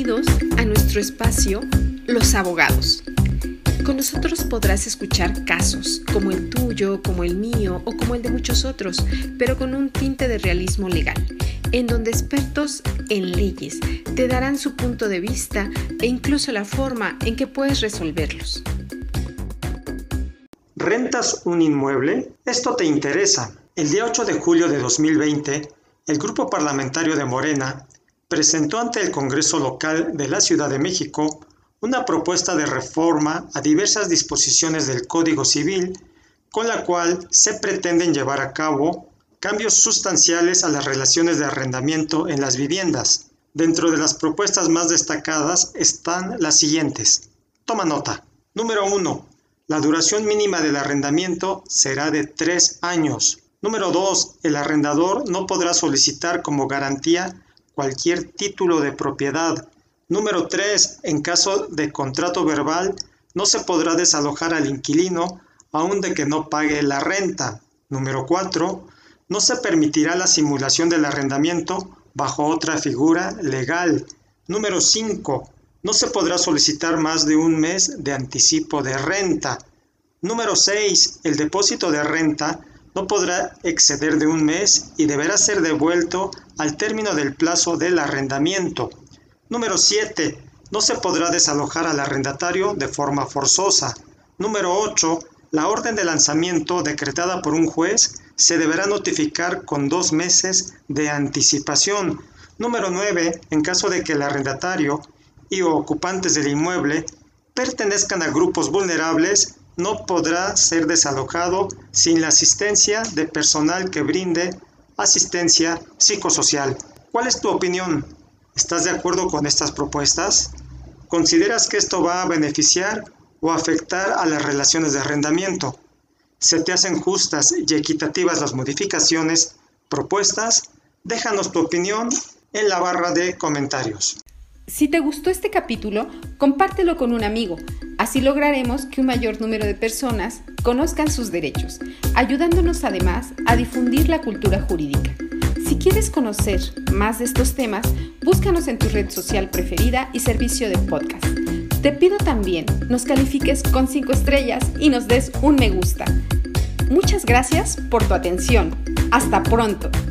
Bienvenidos a nuestro espacio Los Abogados. Con nosotros podrás escuchar casos como el tuyo, como el mío o como el de muchos otros, pero con un tinte de realismo legal, en donde expertos en leyes te darán su punto de vista e incluso la forma en que puedes resolverlos. ¿Rentas un inmueble? Esto te interesa. El día 8 de julio de 2020, el Grupo Parlamentario de Morena presentó ante el Congreso Local de la Ciudad de México una propuesta de reforma a diversas disposiciones del Código Civil, con la cual se pretenden llevar a cabo cambios sustanciales a las relaciones de arrendamiento en las viviendas. Dentro de las propuestas más destacadas están las siguientes. Toma nota. Número 1. La duración mínima del arrendamiento será de 3 años. Número 2. El arrendador no podrá solicitar como garantía cualquier título de propiedad. Número 3. En caso de contrato verbal, no se podrá desalojar al inquilino aun de que no pague la renta. Número 4. No se permitirá la simulación del arrendamiento bajo otra figura legal. Número 5. No se podrá solicitar más de un mes de anticipo de renta. Número 6. El depósito de renta no podrá exceder de un mes y deberá ser devuelto al término del plazo del arrendamiento. Número 7. No se podrá desalojar al arrendatario de forma forzosa. Número 8. La orden de lanzamiento decretada por un juez se deberá notificar con 2 meses de anticipación. Número 9. En caso de que el arrendatario y o ocupantes del inmueble pertenezcan a grupos vulnerables, no podrá ser desalojado sin la asistencia de personal que brinde asistencia psicosocial. ¿Cuál es tu opinión? ¿Estás de acuerdo con estas propuestas? ¿Consideras que esto va a beneficiar o afectar a las relaciones de arrendamiento? ¿Se te hacen justas y equitativas las modificaciones propuestas? Déjanos tu opinión en la barra de comentarios. Si te gustó este capítulo, compártelo con un amigo. Así lograremos que un mayor número de personas conozcan sus derechos, ayudándonos además a difundir la cultura jurídica. Si quieres conocer más de estos temas, búscanos en tu red social preferida y servicio de podcast. Te pido también nos califiques con 5 estrellas y nos des un me gusta. Muchas gracias por tu atención. Hasta pronto.